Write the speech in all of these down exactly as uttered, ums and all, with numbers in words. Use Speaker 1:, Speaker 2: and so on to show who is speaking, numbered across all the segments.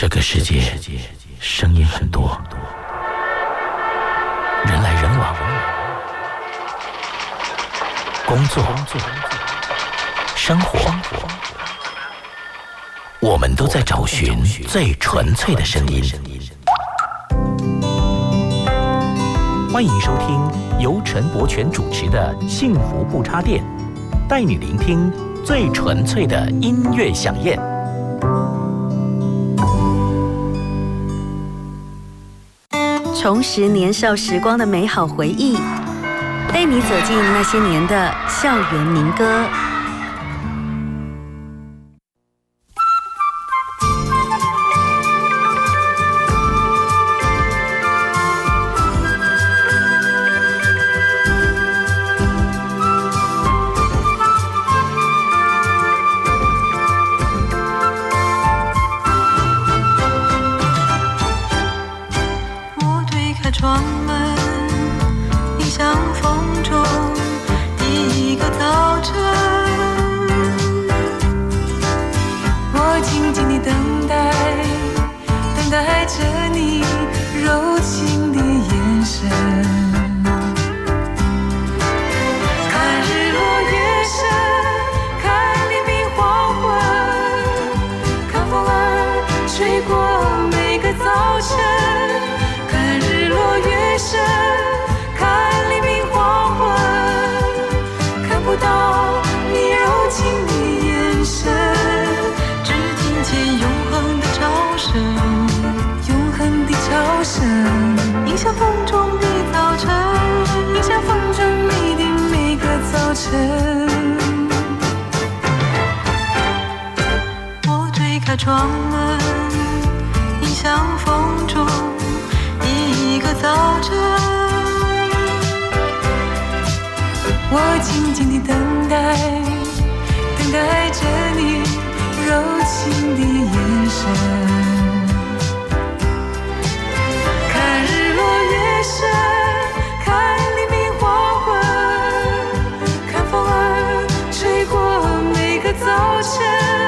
Speaker 1: 这个世界声音很多，人来人往，工作、生活，我们都在找寻最纯粹的声音。欢迎收听由陈柏权主持的《幸福不插电》，带你聆听最纯粹的音乐响宴。
Speaker 2: 重拾年少时光的美好回忆，带你走进那些年的校园民歌。
Speaker 3: 窗门迎向风中第一个早晨，我静静地等待，等待着你柔情的眼神。看日落月升，看黎明黄昏，看风儿吹过每个早晨。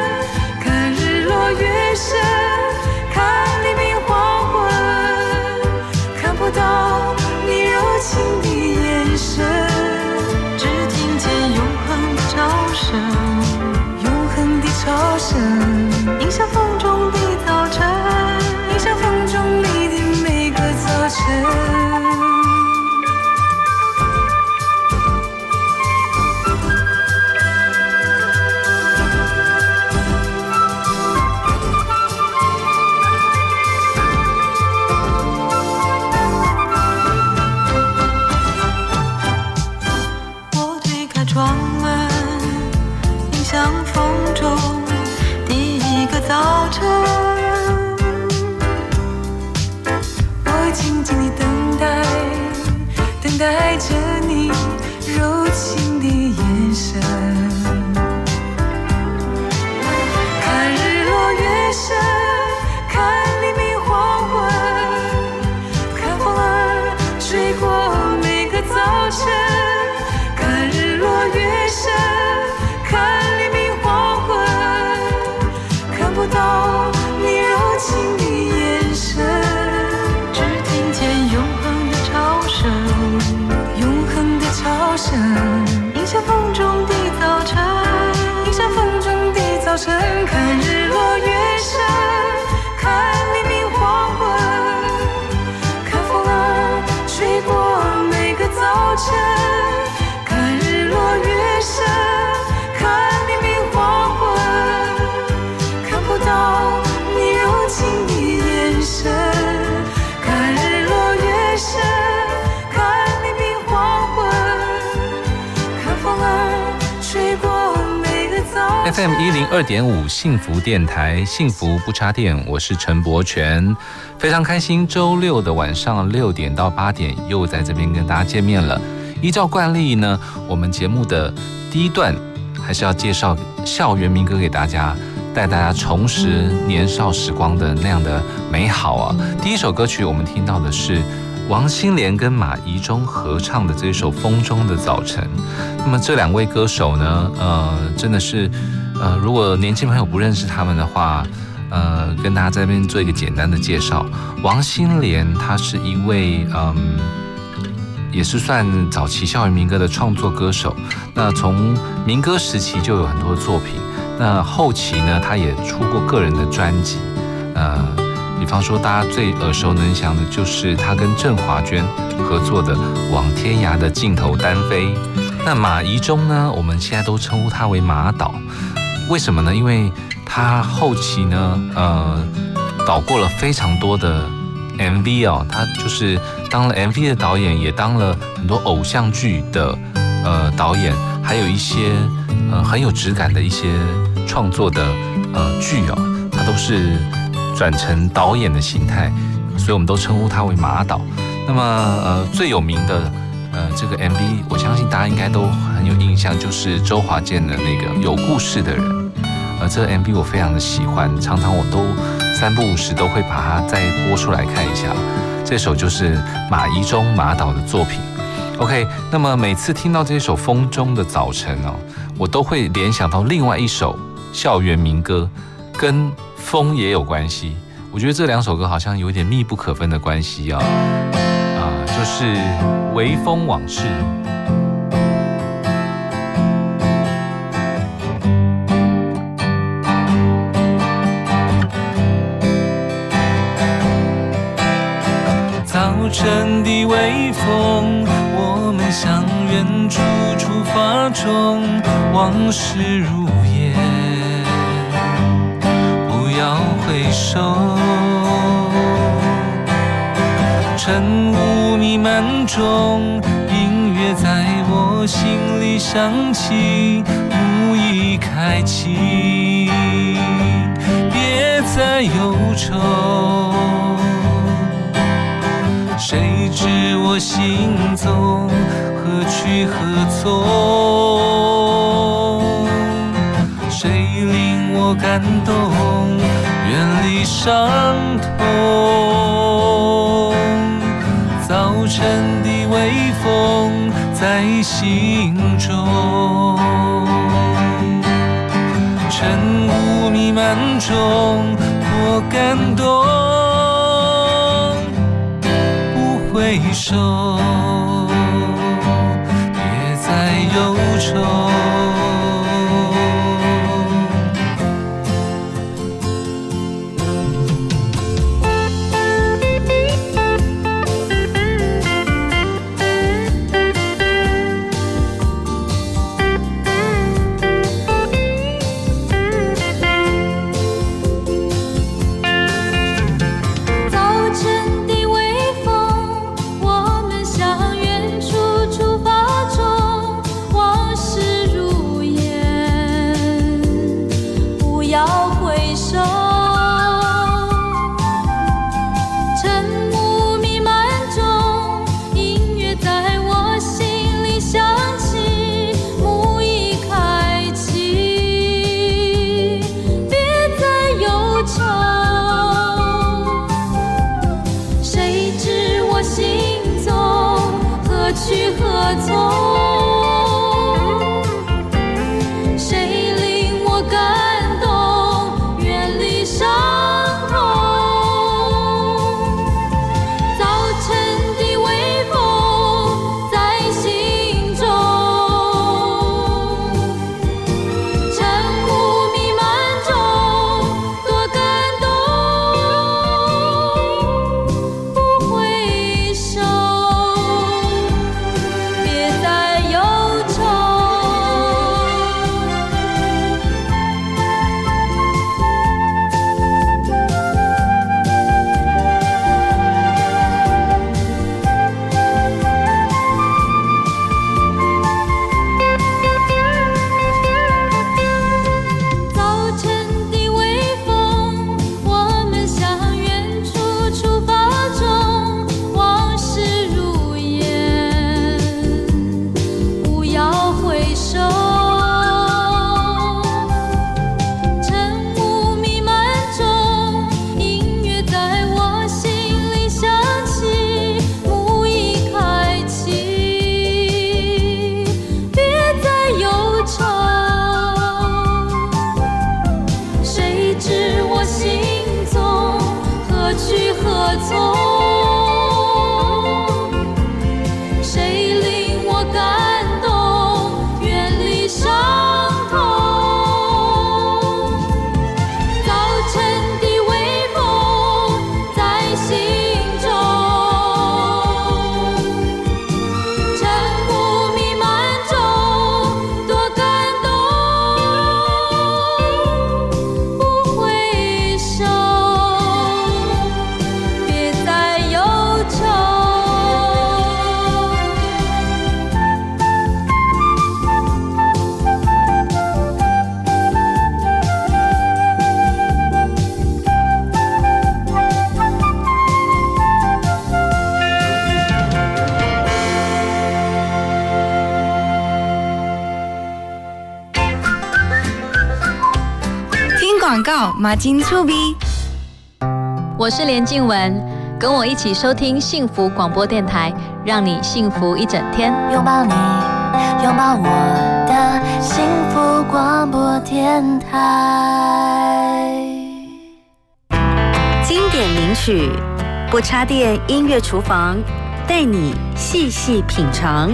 Speaker 3: 月升，看黎明黄昏，看不到你柔情的眼神，只听见永恒的潮声，永恒的潮声，迎向风中的早晨，迎向风中你的每个早晨。早晨，我静静地等待，等待着你柔情的眼神。看日落月升，看黎明黄昏，看风儿吹过每个早晨。看日落月升，看黎明黄昏，看不到你柔情的眼神，只听见永恒的潮声，永恒的潮声，迎向风中的早晨，迎向风中的早晨。看日落月升，看黎明黄昏，看风儿吹过每个早晨。看日落月升，看黎明黄昏，看不到你柔情的眼神。看日落月升，看黎明黄昏，看风儿吹过每个早晨。
Speaker 4: F M 一零二点五幸福电台，幸福不插电，我是陈柏权，非常开心，周六的晚上六点到八点又在这边跟大家见面了。依照惯例呢，我们节目的第一段还是要介绍校园民歌给大家，带大家重拾年少时光的那样的美好啊！第一首歌曲我们听到的是王心莲跟马怡中合唱的这首《风中的早晨》。那么这两位歌手呢，呃，真的是，呃，如果年轻朋友不认识他们的话，呃， 呃，跟大家在这边做一个简单的介绍。王心莲她是一位嗯，也是算早期校园民歌的创作歌手。那从民歌时期就有很多作品，那后期呢，她也出过个人的专辑，呃，比方说大家最耳熟能详的就是她跟郑华娟合作的《往天涯的尽头单飞》。那马宜中呢，我们现在都称呼他为马导，为什么呢？因为他后期呢，呃，导过了非常多的 M V 哦，他就是当了 M V 的导演，也当了很多偶像剧的呃导演，还有一些呃很有质感的一些创作的呃剧哦，他都是转成导演的形态，所以我们都称呼他为马导。那么呃最有名的呃这个 M V， 我相信大家应该都很有印象，就是周华健的那个《有故事的人》。呃，这个 M V 我非常的喜欢，常常我都三不五时都会把它再播出来看一下。这首就是马宜中马导的作品。OK， 那么每次听到这首《风中的早晨》哦，我都会联想到另外一首校园民歌，跟风也有关系。我觉得这两首歌好像有点密不可分的关系啊、哦，啊、呃，就是《微风往事》。
Speaker 5: 早晨的微风，我们向远处出发中，往事如烟，不要回首。晨雾弥漫中，音乐在我心里响起，幕已开启，别再忧愁。谁知我行踪何去何从？谁令我感动，远离伤痛？早晨的微风在心中，晨雾弥漫中，我感动。回首，别再忧愁。
Speaker 3: 是去何从？谁令我感动，远离伤痛？早晨的微风在心中，晨雾弥漫中多感动。不回首，别再忧愁。
Speaker 6: 听广告，马金醋逼。
Speaker 7: 我是连静雯，跟我一起收听幸福广播电台，让你幸福一整天。
Speaker 3: 拥抱你，拥抱我的幸福广播电台。
Speaker 2: 经典名曲，不插电音乐厨房，带你细细品尝。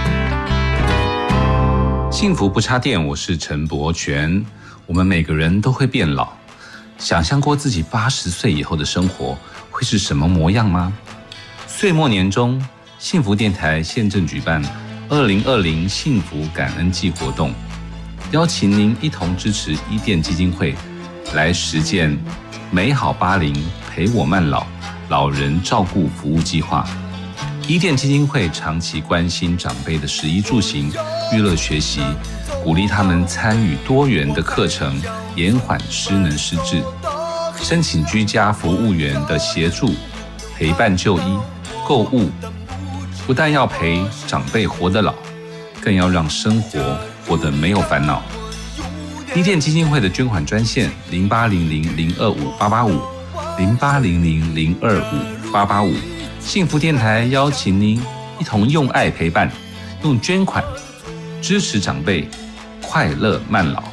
Speaker 4: 幸福不插电，我是陈柏权。我们每个人都会变老，想象过自己八十岁以后的生活会是什么模样吗？岁末年终，幸福电台现正举办二零二零幸福感恩季活动，邀请您一同支持伊甸基金会，来实践美好八零陪我慢老老人照顾服务计划。伊甸基金会长期关心长辈的食衣住行、娱乐学习，鼓励他们参与多元的课程，延缓失能失智。申请居家服务员的协助，陪伴就医、购物，不但要陪长辈活得老，更要让生活活得没有烦恼。伊甸基金会的捐款专线零八零零零二五八八五零八零零零二五八八五。幸福电台邀请您一同用爱陪伴，用捐款支持长辈，快乐慢老。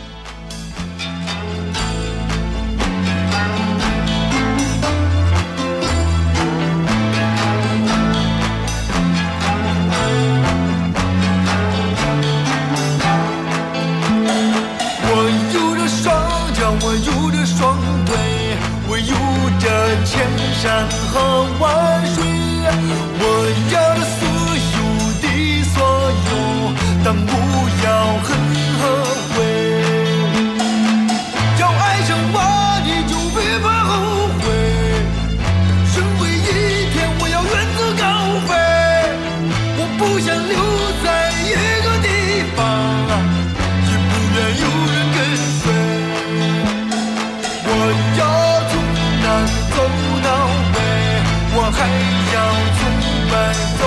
Speaker 8: 我有着双脚，我有着双腿，我有着千山和万水，我要的所有的所有，但不要恨和悔。要爱上我，你就别怕后悔。身为一天，我要远走高飞，我不想留在一个地方，也不愿有人跟随。我要从南走到北，我还要从白走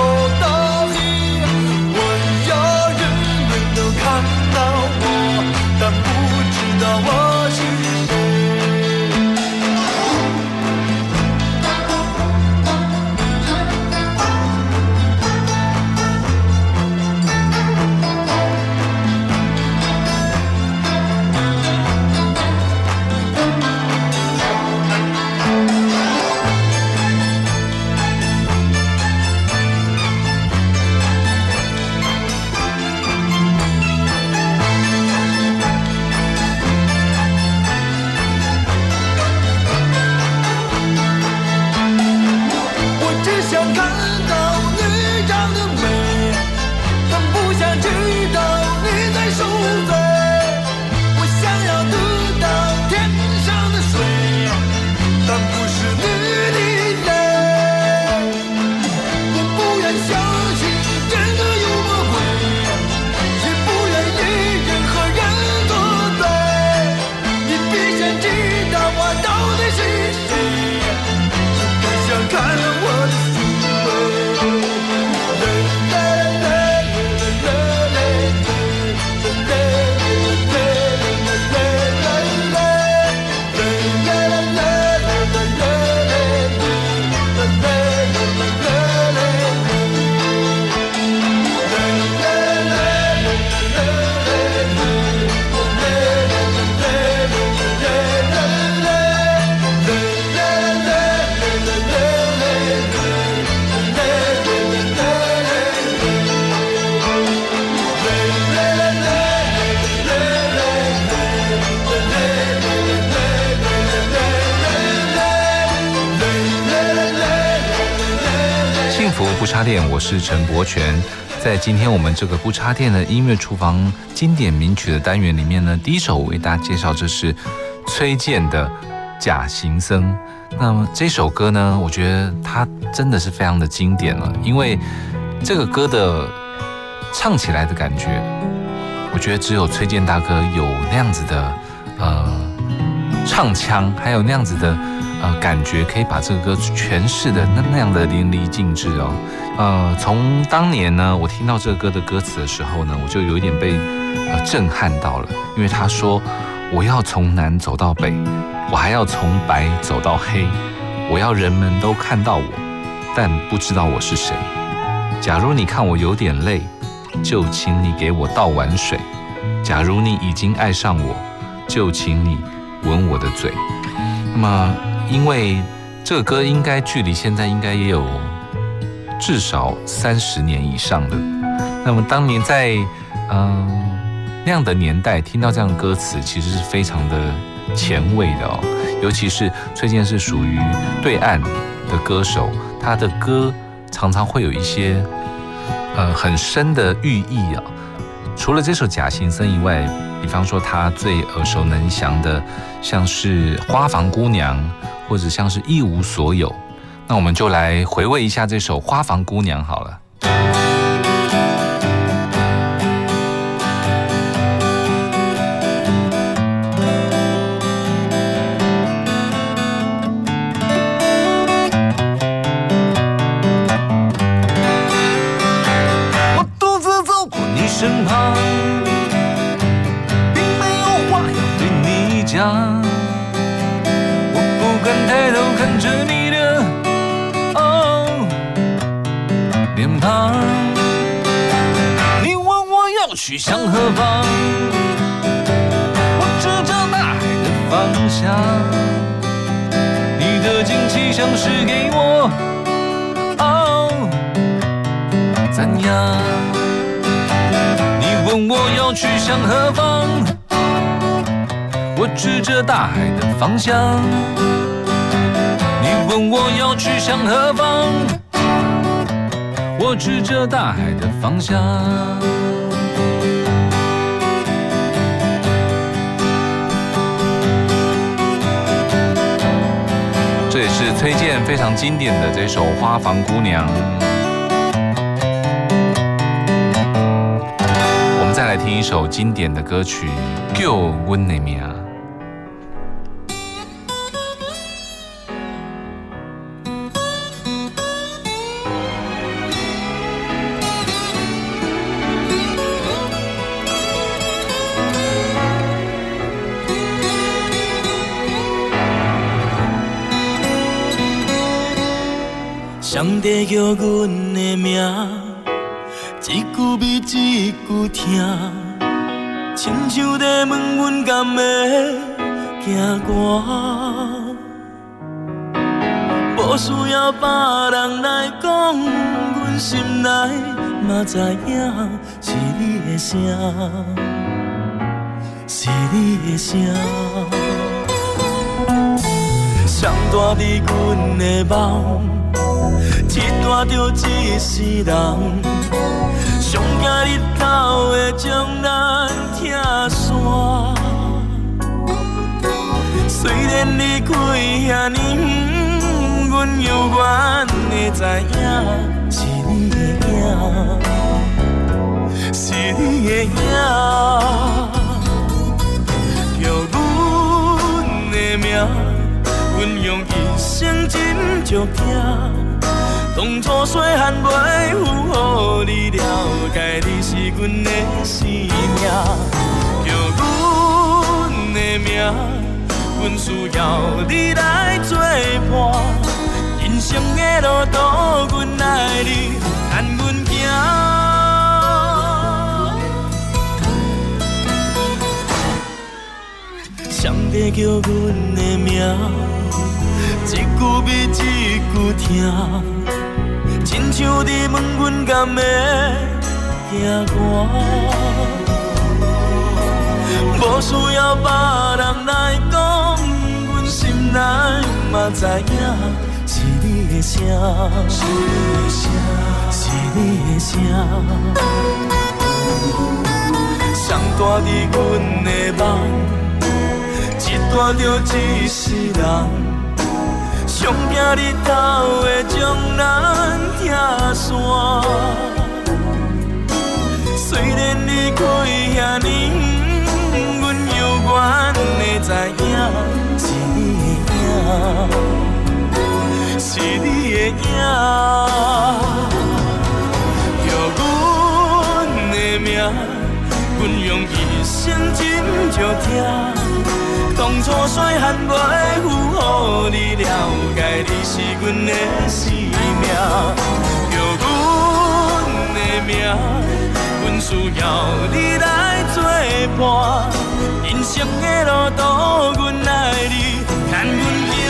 Speaker 4: 福不插电，我是陈柏权。在今天我们这个不插电的音乐厨房经典名曲的单元里面呢，第一首我为大家介绍，这是崔健的《假行僧》。那么这首歌呢，我觉得它真的是非常的经典了，因为这个歌的唱起来的感觉，我觉得只有崔健大哥有那样子的呃唱腔，还有那样子的呃感觉，可以把这个歌诠释的那那样的淋漓尽致哦。呃，从当年呢，我听到这个歌的歌词的时候呢，我就有一点被呃震撼到了，因为他说我要从南走到北，我还要从白走到黑，我要人们都看到我，但不知道我是谁。假如你看我有点累，就请你给我倒碗水。假如你已经爱上我，就请你吻我的嘴。那么，因为这个歌应该距离现在应该也有至少三十年以上的。那么当年在嗯、呃、那样的年代，听到这样的歌词，其实是非常的前卫的哦。尤其是崔健是属于对岸的歌手，他的歌常常会有一些呃很深的寓意啊。除了这首《假行僧》以外，比方说他最耳熟能详的，像是《花房姑娘》，或者像是《一无所有》。那我们就来回味一下这首《花房姑娘》好了。
Speaker 5: 我独自走过你身旁，并没有话要对你讲，我不敢抬头看着你脸庞，你问我要去向何方，我指着大海的方向，你的惊奇像是给我哦怎样？你问我要去向何方，我指着大海的方向，你问我要去向何方，我指着大海的方向。
Speaker 4: 这也是崔健非常经典的这首《花房姑娘》。我们再来听一首经典的歌曲《叫阮的名》。
Speaker 8: 上帝叫阮的名，一句比一句疼，亲像在问阮敢会惊寒，无需要别人来讲，阮心内嘛知影是你的声，是你的声，谁住伫阮的梦？一大着一世人，上惊日头会将咱拆散。虽然离开遐尼远，阮犹原会知影是你的影，是你的影，叫阮的名，阮用一生真足疼。当初细汉袂有予你了解，你是阮的生命，叫阮的名，阮需要你来作伴。人生的路途，阮爱你，牵阮行。上帝叫阮的名，一句比一句疼。亲像伫问阮敢会惊寒，无需要别人来讲，阮心内嘛知影是你的声，是你的声，是你的声，上大伫阮的梦，一大着一世人。上惊日头会将咱拆散，虽然离开遐尼远，阮犹原会知影，是你的影，是你的影，着阮的名，阮用一生斟酌听。当初细汉袂负予你了解，你是阮的生命，着阮的命，阮需要你来作伴。人生的路途，阮爱你，牵阮行。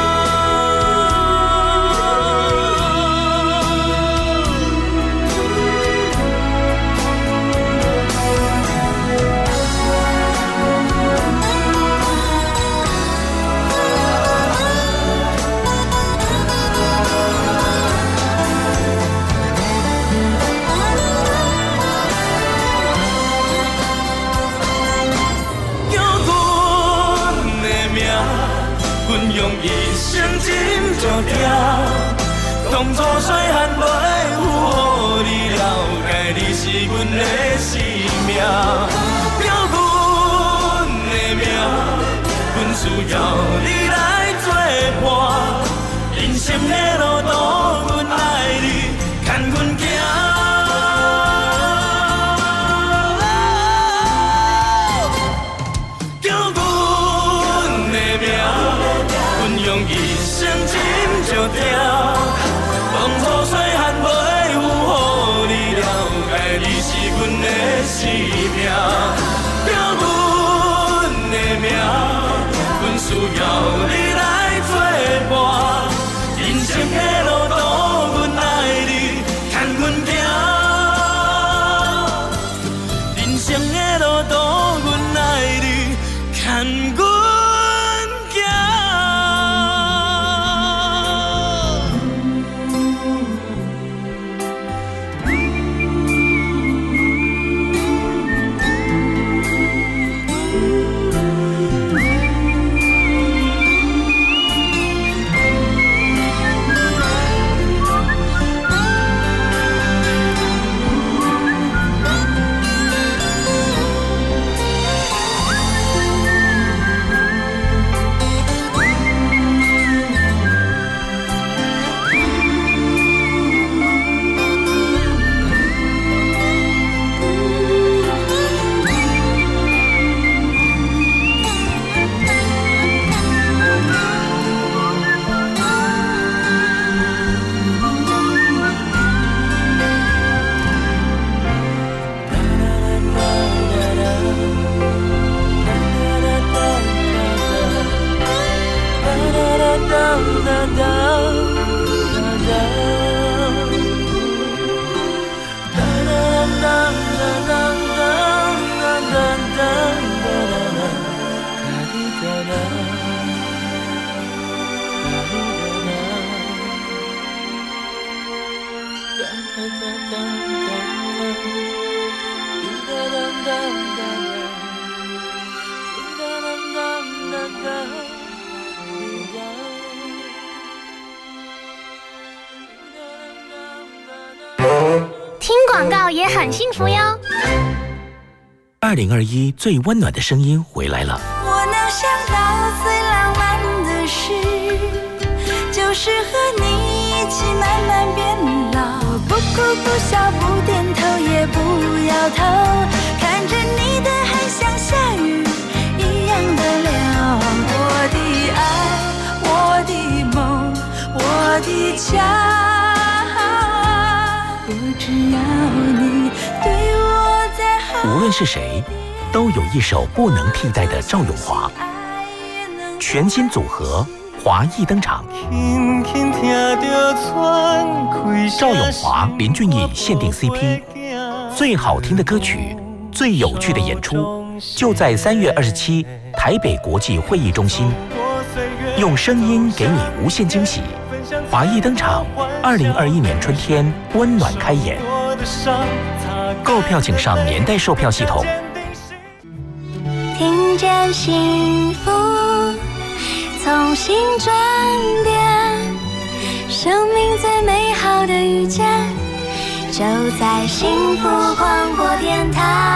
Speaker 8: 用一生斟酌听，当初细汉袂负予你了解，你是阮的生命，着阮的命，阮需要你来作伴。人生的路途，阮爱你，牵阮行。用一生斟酌听，当初细汉袂负予你了解，你是阮的生命，着阮的命，阮需要你来作伴。人生的路途，阮爱你，牵阮行。人生的路途，阮爱你，牵阮。
Speaker 9: 听广告也很幸福哟。
Speaker 1: 二零二一最温暖的声音回来了。
Speaker 3: 我能想到最浪漫的事，就是和你一起慢慢变老，不哭不笑不点头也不摇头，看着你的汗像下雨一样的了。我的爱，我的梦，我的家。只要你对我再好，
Speaker 1: 无论是谁，都有一首不能替代的赵咏华。全新组合华裔登场，赵咏华、林俊逸限定 C P， 最好听的歌曲，最有趣的演出，就在三月二十七台北国际会议中心，用声音给你无限惊喜。 华谊登场，二零二一年春天温暖开演。购票请上年代售票系统。
Speaker 9: 听见幸福，从心转变，生命最美好的遇见，就在幸福广播电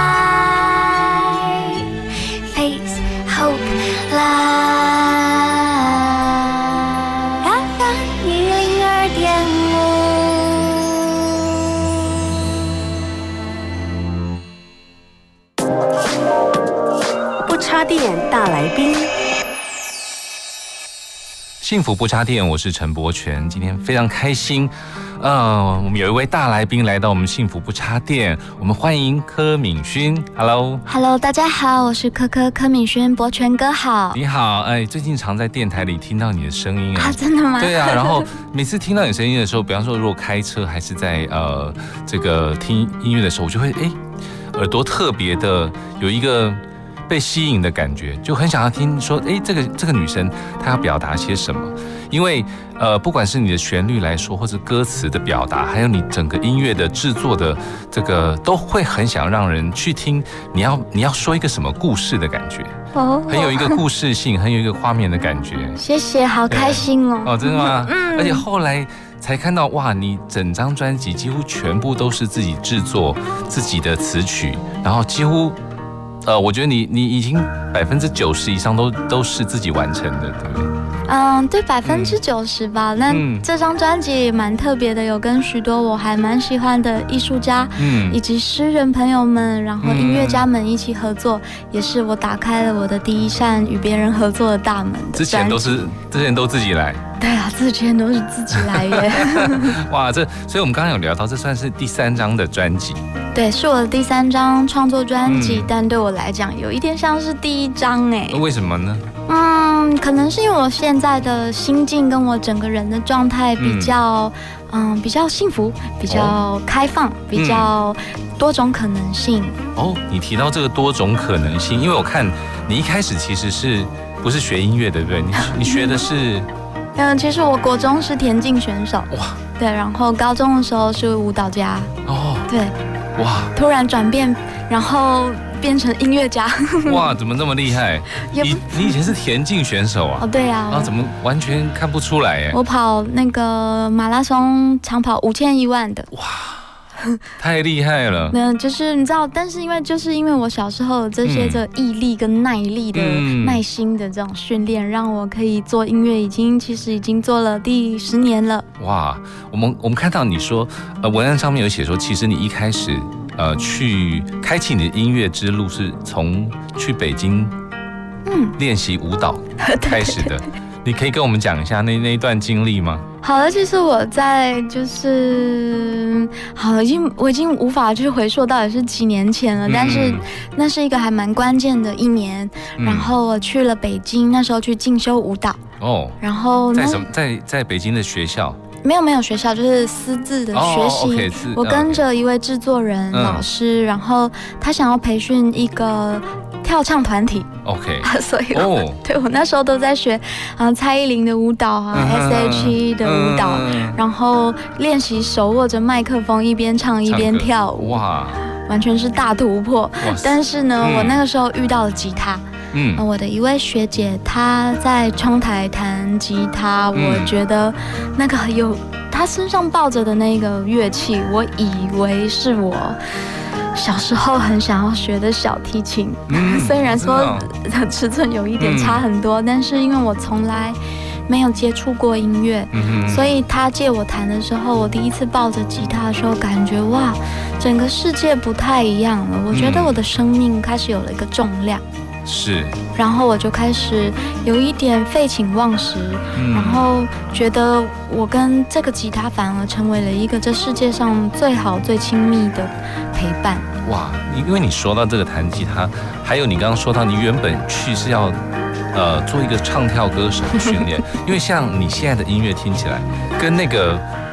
Speaker 9: 台 Face Hope Live F M 一零二点
Speaker 2: 五。不插电大来宾。
Speaker 4: 幸福不插电，我是陈柏权，今天非常开心。呃，我们有一位大来宾来到我们幸福不插电，我们欢迎柯敏勋。Hello，
Speaker 6: Hello， 大家好，我是柯柯柯敏勋，柏权哥好。
Speaker 4: 你好，哎，最近常在电台里听到你的声音
Speaker 6: 啊，真的吗？
Speaker 4: 对啊，然后每次听到你声音的时候，比方说如果开车还是在呃这个听音乐的时候，我就会哎耳朵特别的有一个被吸引的感觉，就很想要听说，哎，这个这个女生她要表达些什么？因为呃，不管是你的旋律来说，或者歌词的表达，还有你整个音乐的制作的这个，都会很想让人去听。你要你要说一个什么故事的感觉，哦，很有一个故事性，很有一个画面的感觉。
Speaker 6: 谢谢，好开心哦！
Speaker 4: 哦，真的吗？嗯。而且后来才看到，哇，你整张专辑几乎全部都是自己制作自己的词曲，然后几乎。呃，我觉得你你已经百分之九十以上都都是自己完成的，对不对？
Speaker 6: 嗯，对，百分之九十吧。那、嗯、这张专辑蛮特别的，有跟许多我还蛮喜欢的艺术家，嗯，以及诗人朋友们，然后音乐家们一起合作，嗯、也是我打开了我的第一扇与别人合作的大门的。
Speaker 4: 之前都是之前都自己来。
Speaker 6: 对啊，之前都是自己来耶。
Speaker 4: 哇，这所以我们刚刚有聊到，这算是第三张的专辑。
Speaker 6: 对，是我的第三张创作专辑，嗯、但对我来讲有一点像是第一张哎。
Speaker 4: 为什么呢？
Speaker 6: 嗯，可能是因为我现在的心境跟我整个人的状态比较，嗯，嗯比较幸福，比较开放，哦、比较多种可能性。
Speaker 4: 哦，你提到这个多种可能性，因为我看你一开始其实是不是学音乐的，对不对？你你学的是。
Speaker 6: 嗯，其实我国中是田径选手，哇，对，然后高中的时候是舞蹈家，哦，对，哇，突然转变，然后变成音乐家，
Speaker 4: 哇，怎么这么厉害？你你以前是田径选手啊？
Speaker 6: 哦，对啊，
Speaker 4: 啊，怎么完全看不出来哎？
Speaker 6: 我跑那个马拉松长跑五千一万的，哇。
Speaker 4: 太厉害了！
Speaker 6: 那就是你知道，但是因为就是因为我小时候这些的毅力跟耐力的、嗯、耐心的这种训练，让我可以做音乐，已经其实已经做了第十年了。
Speaker 4: 哇，我们我们看到你说，呃，文案上面有写说，其实你一开始呃去开启你的音乐之路，是从去北京嗯练习舞蹈开始的。你可以跟我们讲一下那那一段经历吗？
Speaker 6: 好了，其实我在就是好，已经我已经无法去回溯到底是几年前了，嗯、但是那是一个还蛮关键的一年。嗯、然后我去了北京，那时候去进修舞蹈。哦。然后
Speaker 4: 在什么在在北京的学校？
Speaker 6: 没有没有学校，就是私自的学习。
Speaker 4: 哦 okay,
Speaker 6: 我跟着一位制作人、嗯、老师，然后他想要培训一个跳唱团体。
Speaker 4: OK，
Speaker 6: 所以我、oh. 对我那时候都在学啊蔡依林的舞蹈啊、uh huh. S H E 的舞蹈， uh huh. 然后练习手握着麦克风一边唱一边跳舞。哇，完全是大突破。但是呢，嗯、我那个时候遇到了吉他。嗯，我的一位学姐她在窗台弹吉他，嗯、我觉得那个有她身上抱着的那个乐器，我以为是我小时候很想要学的小提琴。嗯、虽然说尺寸有一点差很多，嗯、但是因为我从来没有接触过音乐，嗯、所以她借我弹的时候，我第一次抱着吉他的时候，感觉哇，整个世界不太一样了。我觉得我的生命开始有了一个重量。
Speaker 4: 是，
Speaker 6: 然后我就开始有一点废寝忘食，嗯、然后觉得我跟这个吉他反而成为了一个这世界上最好最亲密的陪伴。
Speaker 4: 哇，因为你说到这个弹吉他，还有你刚刚说到你原本去是要呃做一个唱跳歌手训练，因为像你现在的音乐听起来跟那个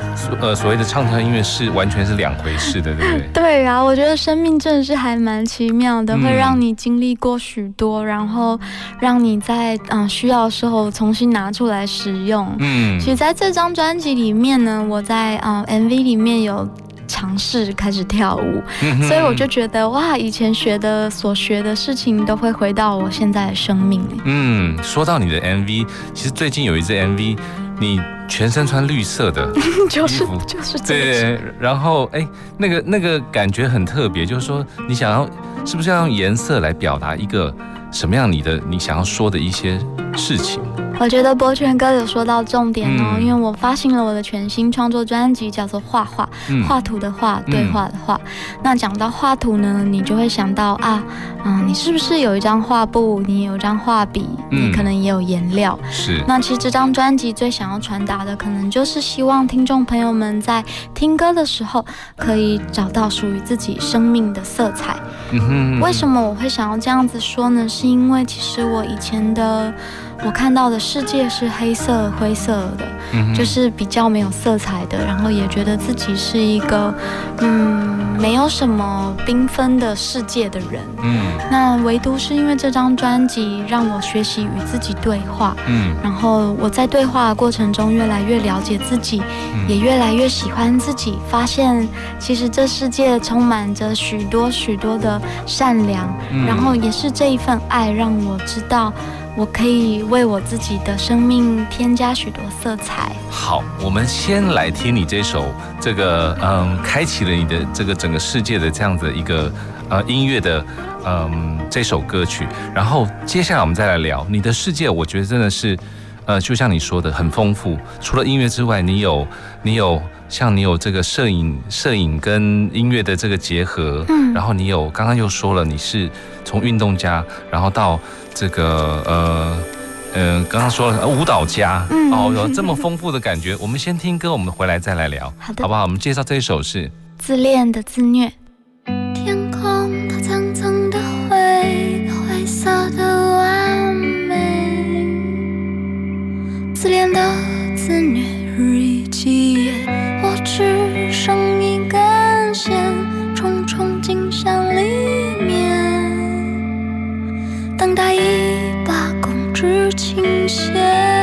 Speaker 4: 呃所谓的唱跳音乐是完全是两回事的，对不对？
Speaker 6: 对啊，我觉得生命真的是还蛮奇妙的，嗯、会让你经历过许多，然后让你在嗯、呃、需要的时候重新拿出来使用。嗯，其实在这张专辑里面呢，我在啊、呃、M V 里面有尝试开始跳舞，嗯、所以我就觉得哇，以前学的所学的事情都会回到我现在的生命里。
Speaker 4: 嗯，说到你的 M V， 其实最近有一支 M V， 你全身穿绿色的
Speaker 6: 就是就是这个，
Speaker 4: 对，然后哎，那个那个感觉很特别，就是说你想要是不是要用颜色来表达一个什么样你的你想要说的一些事情？
Speaker 6: 我觉得博全哥有说到重点哦，嗯、因为我发行了我的全新创作专辑，叫做《画画》，嗯、画图的画，对话的画。嗯、那讲到画图呢，你就会想到啊，嗯，你是不是有一张画布，你有一张画笔，嗯、你可能也有颜料。是。那其实这张专辑最想要传达的，可能就是希望听众朋友们在听歌的时候，可以找到属于自己生命的色彩。嗯哼。为什么我会想要这样子说呢？是因为其实我以前的。我看到的世界是黑色、灰色的，嗯、就是比较没有色彩的，然后也觉得自己是一个，嗯，没有什么缤纷的世界的人。嗯，那唯独是因为这张专辑让我学习与自己对话，嗯，然后我在对话的过程中越来越了解自己，嗯、也越来越喜欢自己，发现其实这世界充满着许多许多的善良，嗯、然后也是这一份爱让我知道。我可以为我自己的生命添加许多色彩。
Speaker 4: 好，我们先来听你这首这个嗯，开启了你的这个整个世界的这样子一个呃音乐的嗯这首歌曲，然后接下来我们再来聊你的世界。我觉得真的是呃，就像你说的很丰富。除了音乐之外，你有你有像你有这个摄影摄影跟音乐的这个结合，嗯，然后你有刚刚又说了你是从运动家，然后到这个呃呃，刚刚说了舞蹈家，嗯，哦，有这么丰富的感觉。我们先听歌，我们回来再来聊，
Speaker 6: 好的，
Speaker 4: 好不好？我们介绍这一首是
Speaker 6: 自恋的自虐。
Speaker 9: 天空它层层的灰，灰色的完美，自恋的自虐，日以继夜，我只剩一根线，重重镜像里面，等待一把公之倾斜。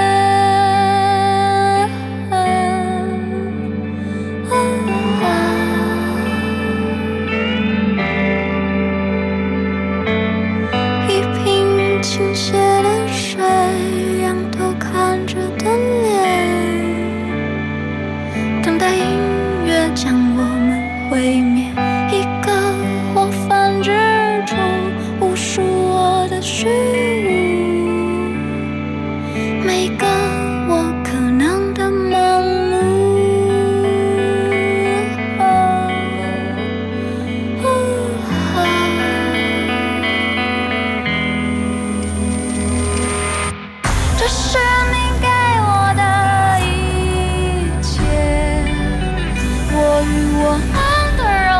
Speaker 9: 一瓶倾斜的水，仰头看着的脸，等待音乐将我们毁灭。一个活泛之处，无数我的虚无，每个我可能的盲目。这是你给我的一切，我与我们的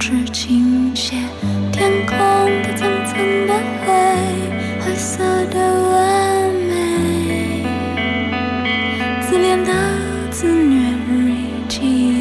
Speaker 3: 纸倾斜，天空的层层的灰，灰色的完美，自恋的自虐日记。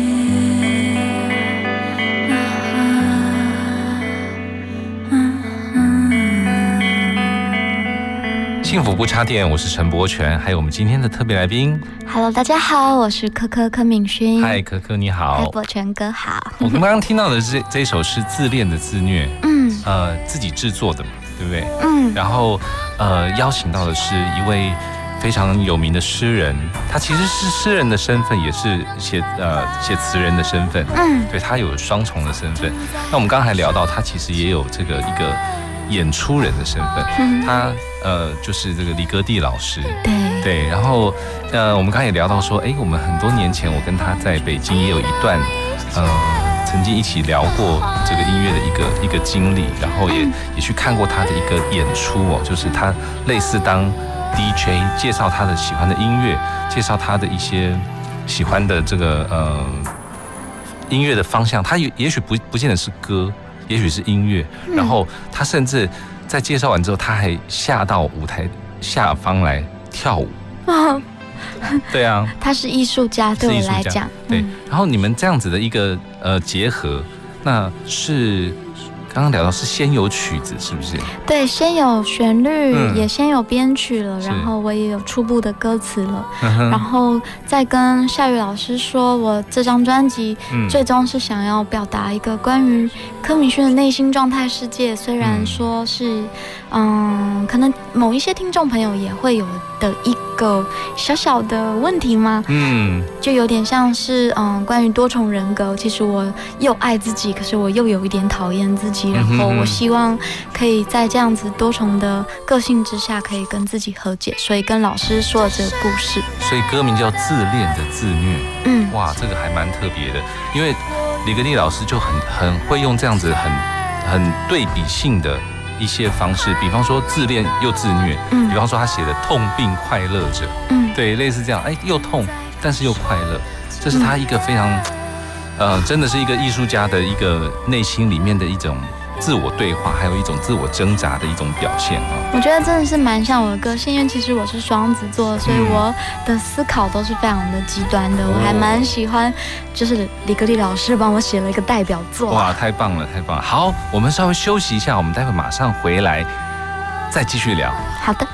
Speaker 4: 幸福不插电，我是陈柏权，还有我们今天的特别来宾。
Speaker 6: Hello， 大家好，我是柯柯柯敏勋。
Speaker 4: 嗨，柯柯你好。
Speaker 6: 嗨，柏权哥好。
Speaker 4: 我们刚刚听到的这这一首是自恋的自虐，
Speaker 6: 嗯，
Speaker 4: 呃，自己制作的嘛，对不对？
Speaker 6: 嗯。
Speaker 4: 然后，呃，邀请到的是一位非常有名的诗人，他其实是诗人的身份，也是写呃写词人的身份。
Speaker 6: 嗯，
Speaker 4: 对，他有双重的身份。那我们刚才聊到，他其实也有这个一个演出人的身份，
Speaker 6: 嗯、
Speaker 4: 他呃就是这个李格弟老师。
Speaker 6: 对。
Speaker 4: 对，然后呃，我们刚才也聊到说，哎，我们很多年前我跟他在北京也有一段，呃，曾经一起聊过这个音乐的一个一个经历，然后也也去看过他的一个演出哦，就是他类似当 D J 介绍他的喜欢的音乐，介绍他的一些喜欢的这个呃音乐的方向，他也也许不不见得是歌，也许是音乐，然后他甚至在介绍完之后，他还下到舞台下方来跳舞。
Speaker 6: 哦，
Speaker 4: 对啊，
Speaker 6: 他是艺术家，对我来讲，
Speaker 4: 对。嗯、然后你们这样子的一个呃结合，那是刚刚聊到是先有曲子，是不是？
Speaker 6: 对，先有旋律，
Speaker 4: 嗯、
Speaker 6: 也先有编曲了，然后我也有初步的歌词了，嗯、然后再跟夏雨老师说，我这张专辑最终是想要表达一个关于柯敏勋的内心状态世界，虽然说是。嗯，可能某一些听众朋友也会有的一个小小的问题吗？
Speaker 4: 嗯，
Speaker 6: 就有点像是嗯，关于多重人格。其实我又爱自己，可是我又有一点讨厌自己。然后我希望可以在这样子多重的个性之下，可以跟自己和解。所以跟老师说了这个故事。
Speaker 4: 所以歌名叫《自恋的自虐》。
Speaker 6: 嗯，
Speaker 4: 哇，这个还蛮特别的，因为李格弟老师就很很会用这样子很很对比性的。一些方式，比方说自恋又自虐，嗯，比方说他写的痛并快乐着，
Speaker 6: 嗯，
Speaker 4: 对，类似这样，哎，又痛但是又快乐，这是他一个非常，呃，真的是一个艺术家的一个内心里面的一种自我对话，还有一种自我挣扎的一种表现啊。
Speaker 6: 我觉得真的是蛮像我的个性，因为其实我是双子座，所以我的思考都是非常的极端的。我还蛮喜欢，就是李格弟老师帮我写了一个代表作。
Speaker 4: 哇，太棒了，太棒了！好，我们稍微休息一下，我们待会马上回来再继续聊。
Speaker 6: 好的。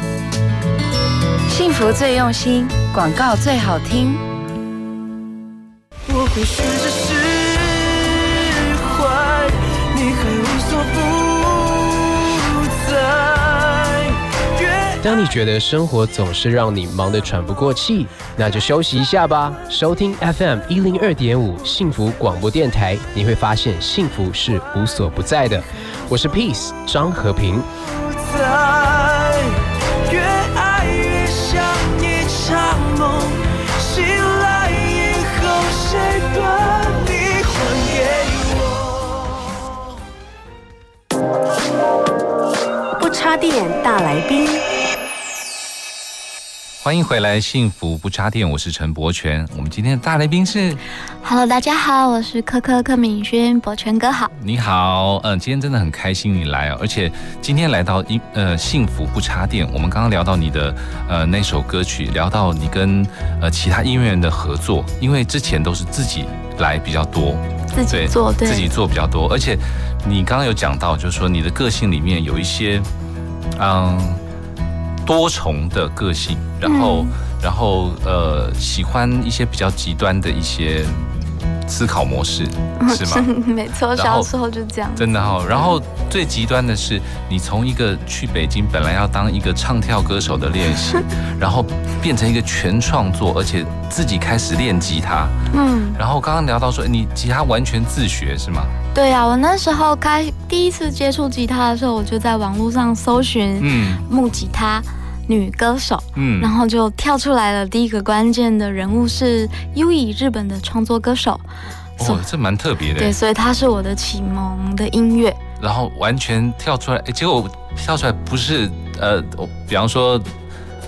Speaker 2: 幸福最用心，广告最好听。
Speaker 8: 我会试着释怀，你还无所不在。
Speaker 10: 当你觉得生活总是让你忙得喘不过气，那就休息一下吧。收听 F M 一零二点五幸福广播电台，你会发现幸福是无所不在的。我是 Peace 张和平。
Speaker 8: 越爱越像一场梦，醒来以后谁把你还给
Speaker 2: 我？不插电大来宾。
Speaker 4: 欢迎回来，幸福不插电，我是陈柏权。我们今天的大来宾是
Speaker 6: ，Hello， 大家好，我是柯柯柯敏勋，柏权哥好。
Speaker 4: 你好，嗯、呃，今天真的很开心你来哦，而且今天来到一呃幸福不插电，我们刚刚聊到你的呃那首歌曲，聊到你跟呃其他音乐人的合作，因为之前都是自己来比较多，
Speaker 6: 自己做，对，
Speaker 4: 自己做比较多，而且你刚刚有讲到，就是说你的个性里面有一些嗯。多重的个性，然后，嗯、然后呃，喜欢一些比较极端的一些思考模式，是吗？
Speaker 6: 没错，小时候就这样。
Speaker 4: 真的哈、哦，然后最极端的是，你从一个去北京本来要当一个唱跳歌手的练习，然后变成一个全创作，而且自己开始练吉他。嗯，然后刚刚聊到说，你吉他完全自学是吗？
Speaker 6: 对啊，我那时候开第一次接触吉他的时候，我就在网络上搜寻嗯木吉他。女歌手，嗯，然后就跳出来了。第一个关键的人物是 Yui， 日本的创作歌手。
Speaker 4: 哦，这蛮特别的。
Speaker 6: 对，所以他是我的启蒙的音乐。
Speaker 4: 然后完全跳出来，结果跳出来不是呃，比方说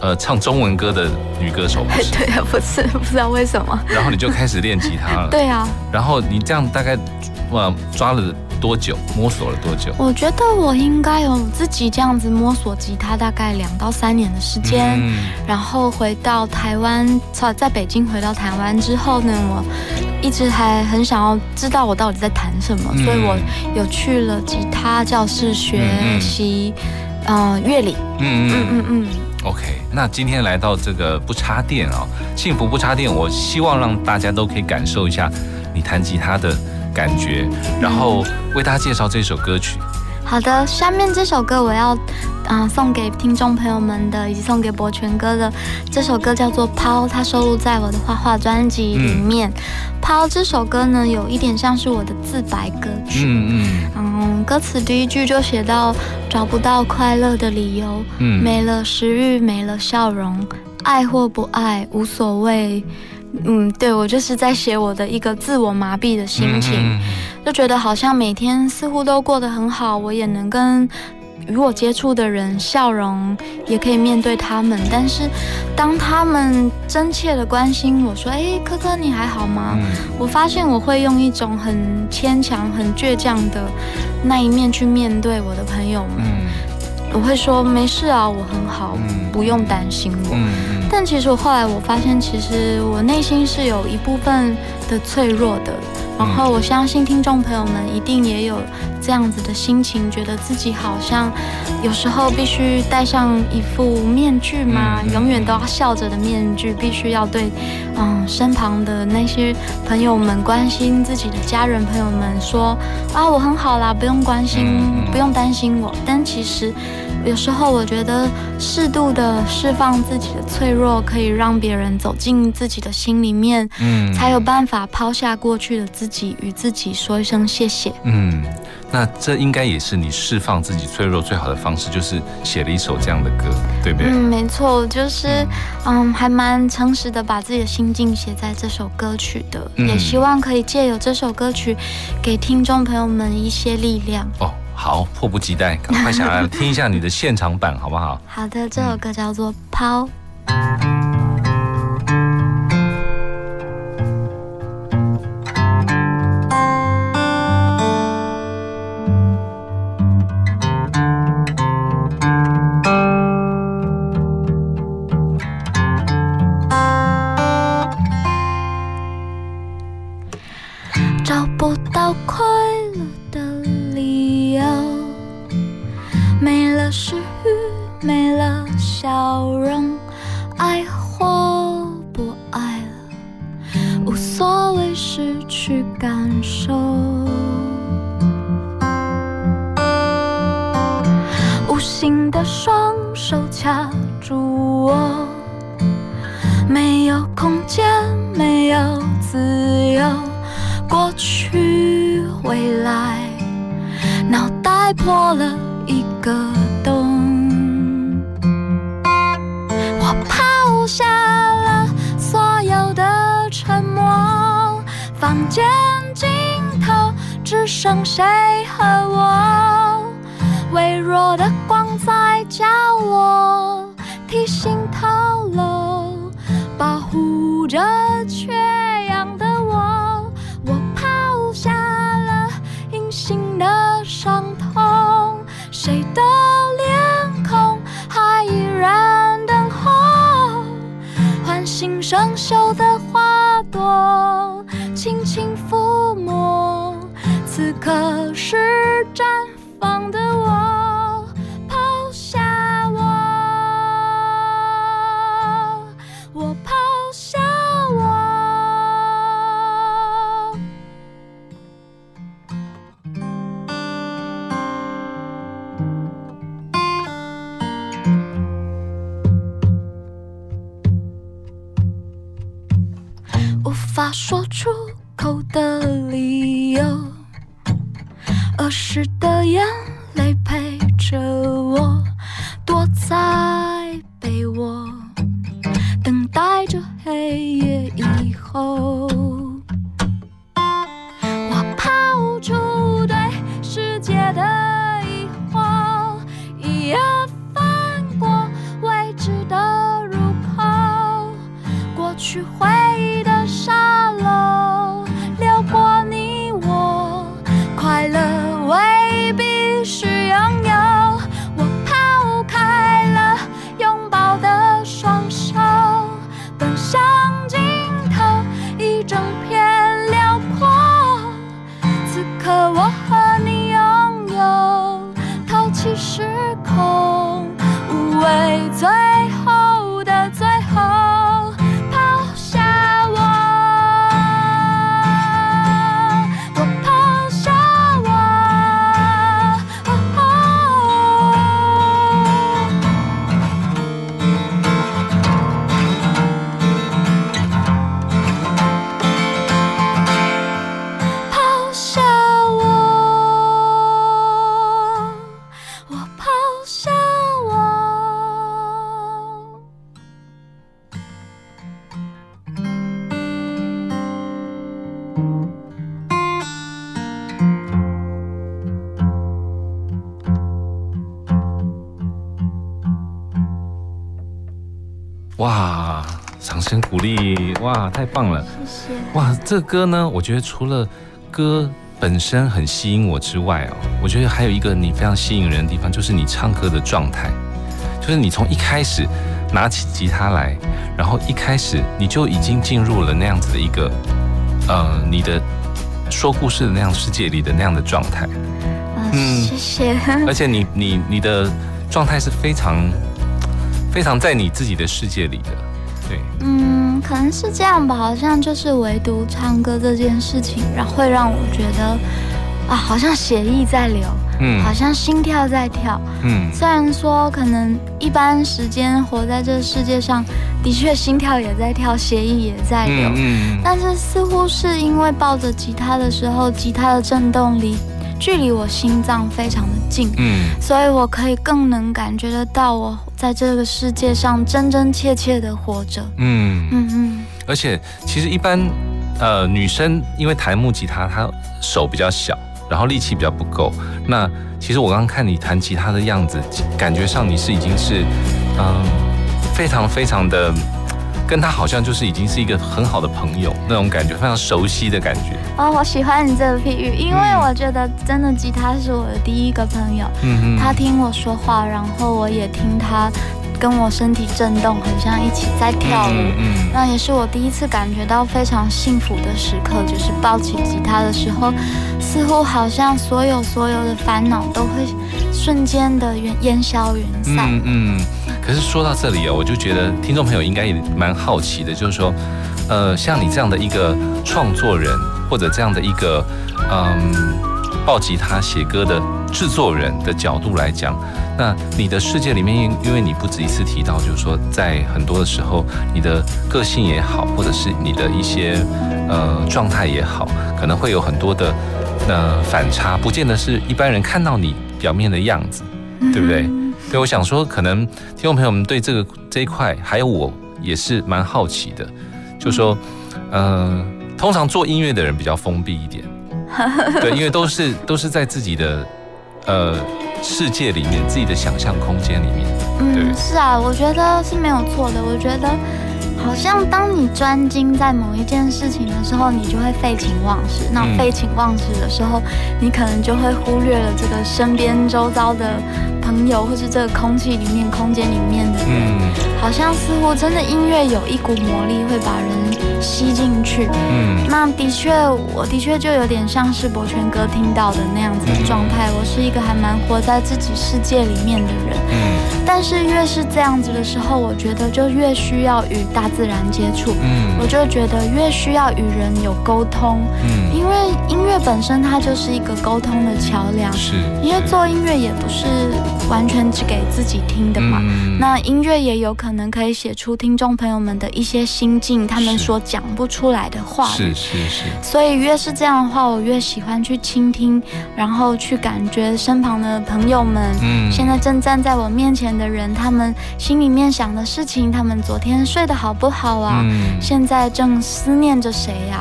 Speaker 4: 呃唱中文歌的女歌手，不是？
Speaker 6: 对啊，不是，不知道为什么。
Speaker 4: 然后你就开始练吉他了。
Speaker 6: 对啊。
Speaker 4: 然后你这样大概哇抓了多久？摸索了多久？
Speaker 6: 我觉得我应该有自己这样子摸索吉他大概两到三年的时间。嗯。然后回到台湾，在北京回到台湾之后呢，我一直还很想要知道我到底在弹什么，嗯、所以我有去了吉他教室学习。嗯嗯呃，乐理，嗯嗯嗯嗯
Speaker 4: ，OK。那今天来到这个不插电啊、哦，幸福不插电，我希望让大家都可以感受一下你弹吉他的感觉，然后为大家介绍这首歌曲。
Speaker 6: 好的，下面这首歌我要嗯、呃、送给听众朋友们的，以及送给博全哥的。这首歌叫做《抛》，它收录在我的画画专辑里面。嗯抛这首歌呢，有一点像是我的自白歌曲。嗯嗯嗯，歌词第一句就写到找不到快乐的理由，嗯，没了食欲，没了笑容，爱或不爱无所谓。嗯，对，我就是在写我的一个自我麻痹的心情，嗯嗯就觉得好像每天似乎都过得很好，我也能跟与我接触的人笑容，也可以面对他们，但是当他们真切的关心我说哎，柯柯你还好吗、嗯、我发现我会用一种很牵强很倔强的那一面去面对我的朋友们、嗯、我会说没事啊，我很好、嗯、不用担心我、嗯、但其实我后来我发现其实我内心是有一部分的脆弱的，然后我相信听众朋友们一定也有这样子的心情，觉得自己好像有时候必须戴上一副面具嘛，永远都要笑着的面具，必须要对嗯身旁的那些朋友们关心自己的家人朋友们说啊我很好啦，不用关心不用担心我，但其实有时候我觉得适度的释放自己的脆弱，可以让别人走进自己的心里面，嗯，才有办法抛下过去的自己，与自己说一声谢谢。嗯，
Speaker 4: 那这应该也是你释放自己脆弱最好的方式，就是写了一首这样的歌，对不对？
Speaker 6: 嗯，没错，就是嗯，还蛮诚实的把自己的心境写在这首歌曲的，嗯、也希望可以借由这首歌曲给听众朋友们一些力量。
Speaker 4: 哦。好，迫不及待，赶快想来听一下你的现场版，好不好？
Speaker 6: 好的，这首歌叫做《抛》。找不到快乐的理由，没了食欲，没了笑容，爱或不爱了，无所谓失去感受。无形的双手掐住我，没有空间，没有自由，过去未来，脑袋破了一个洞，我抛下了所有的沉默，房间尽头只剩谁和我，微弱的光在叫我，提醒透露，保护着缺氧的我，我抛下了隐形的伤痛，谁的脸孔还依然等候，唤醒生锈的花朵，轻轻抚摸，此刻是绽放的我，抛下我，我抛下我。无法说出口的理由，儿时的眼泪陪着我，躲在被窝，等待着黑夜以后。我抛出对世界的疑惑，一夜翻过未知的去回忆的沙漏，流过你我，快乐未必是拥有。我抛开了拥抱的双手，奔向尽头，一整片辽阔。此刻我和你拥有透气时空，无畏最后的最后，抛下我，我抛下我，哦哦，抛下我，我抛下我。
Speaker 4: 哇，掌声鼓励！哇，太棒了！
Speaker 6: 谢谢。
Speaker 4: 哇，这个歌呢，我觉得除了歌本身很吸引我之外哦，我觉得还有一个你非常吸引人的地方，就是你唱歌的状态，就是你从一开始拿起吉他来，然后一开始你就已经进入了那样子的一个呃，你的说故事的那样世界里的那样的状态。
Speaker 6: 嗯，谢谢。
Speaker 4: 而且你你你的状态是非常非常在你自己的世界里的，对。
Speaker 6: 嗯，可能是这样吧，好像就是唯独唱歌这件事情，然后会让我觉得啊，好像血液在流，嗯，好像心跳在跳，嗯。虽然说可能一般时间活在这个世界上，的确心跳也在跳，血液也在流，嗯，但是似乎是因为抱着吉他的时候，吉他的震动离距离我心脏非常的近，嗯，所以我可以更能感觉得到我在这个世界上真真切切的活着，嗯嗯嗯。
Speaker 4: 而且其实一般呃女生因为弹木吉他，她手比较小，然后力气比较不够。那其实我刚刚看你弹吉他的样子，感觉上你是已经是嗯、呃、非常非常的。跟他好像就是已经是一个很好的朋友那种感觉，非常熟悉的感觉。
Speaker 6: 哦，我喜欢你这个譬喻，因为我觉得真的吉他是我的第一个朋友。嗯，他听我说话，然后我也听他跟我身体震动，很像一起在跳舞。嗯，嗯那也是我第一次感觉到非常幸福的时刻，就是抱起吉他的时候，似乎好像所有所有的烦恼都会瞬间的烟消云散。嗯嗯。
Speaker 4: 可是说到这里啊，我就觉得听众朋友应该也蛮好奇的，就是说，呃，像你这样的一个创作人，或者这样的一个嗯抱吉他写歌的制作人的角度来讲，那你的世界里面，因为你不止一次提到，就是说，在很多的时候，你的个性也好，或者是你的一些呃状态也好，可能会有很多的呃反差，不见得是一般人看到你表面的样子，对不对？对，我想说，可能听众朋友们对这个这一块，还有我也是蛮好奇的，就是说，呃，通常做音乐的人比较封闭一点，对，因为都是都是在自己的呃世界里面，自己的想象空间里面。对，
Speaker 6: 嗯，是啊，我觉得是没有错的。我觉得好像当你专精在某一件事情的时候，你就会废寝忘食。那废寝忘食的时候，你可能就会忽略了这个身边周遭的朋友，或是这个空气里面、空间里面的人。嗯，好像似乎真的音乐有一股魔力，会把人吸进去。嗯，那的确，我的确就有点像是博全哥听到的那样子的状态。我是一个还蛮活在自己世界里面的人。嗯，但是越是这样子的时候，我觉得就越需要与大自然接触。嗯，我就觉得越需要与人有沟通。嗯，因为音乐本身它就是一个沟通的桥梁。
Speaker 4: 是，
Speaker 6: 因为做音乐也不是完全只给自己听的嘛。嗯，那音乐也有可能可以写出听众朋友们的一些心境，他们所讲不出来的话语。
Speaker 4: 是是是。
Speaker 6: 所以越是这样的话，我越喜欢去倾听，然后去感觉身旁的朋友们，嗯，现在正站在我面前的人，他们心里面想的事情，他们昨天睡得好不好啊？嗯，现在正思念着谁呀？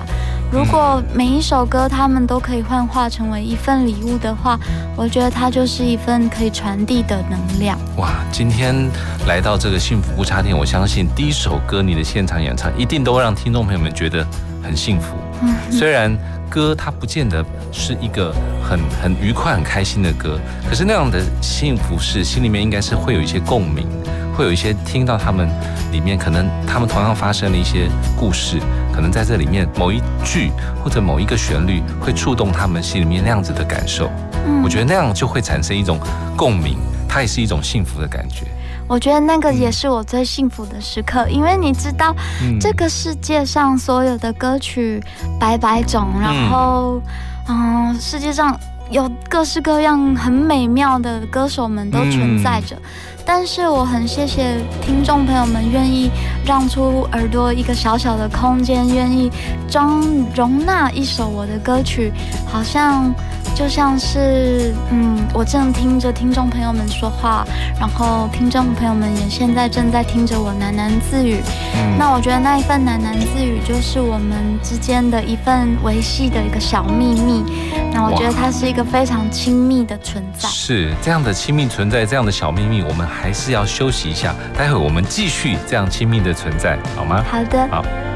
Speaker 6: 如果每一首歌他们都可以幻化成为一份礼物的话，我觉得它就是一份可以传递的能量。
Speaker 4: 哇，今天来到这个幸福不插电，我相信第一首歌你的现场演唱一定都会让听众朋友们觉得很幸福。嗯，虽然歌它不见得是一个很很愉快、很开心的歌，可是那样的幸福是心里面应该是会有一些共鸣，会有一些听到他们里面可能他们同样发生了一些故事，可能在这里面某一句或者某一个旋律会触动他们心里面那样子的感受。嗯，我觉得那样就会产生一种共鸣，它也是一种幸福的感觉。
Speaker 6: 我觉得那个也是我最幸福的时刻，因为你知道，嗯、这个世界上所有的歌曲百百种，然后，嗯、呃，世界上有各式各样很美妙的歌手们都存在着。嗯，但是我很谢谢听众朋友们愿意让出耳朵一个小小的空间，愿意装容纳一首我的歌曲，好像就像是嗯，我正听着听众朋友们说话，然后听众朋友们也现在正在听着我喃喃自语。嗯，那我觉得那一份喃喃自语就是我们之间的一份维系的一个小秘密。那我觉得它是一个非常亲密的存在。
Speaker 4: 是这样的亲密存在，这样的小秘密，我们还是要休息一下，待会我们继续这样亲密的存在，好吗？
Speaker 6: 好的。
Speaker 4: 好。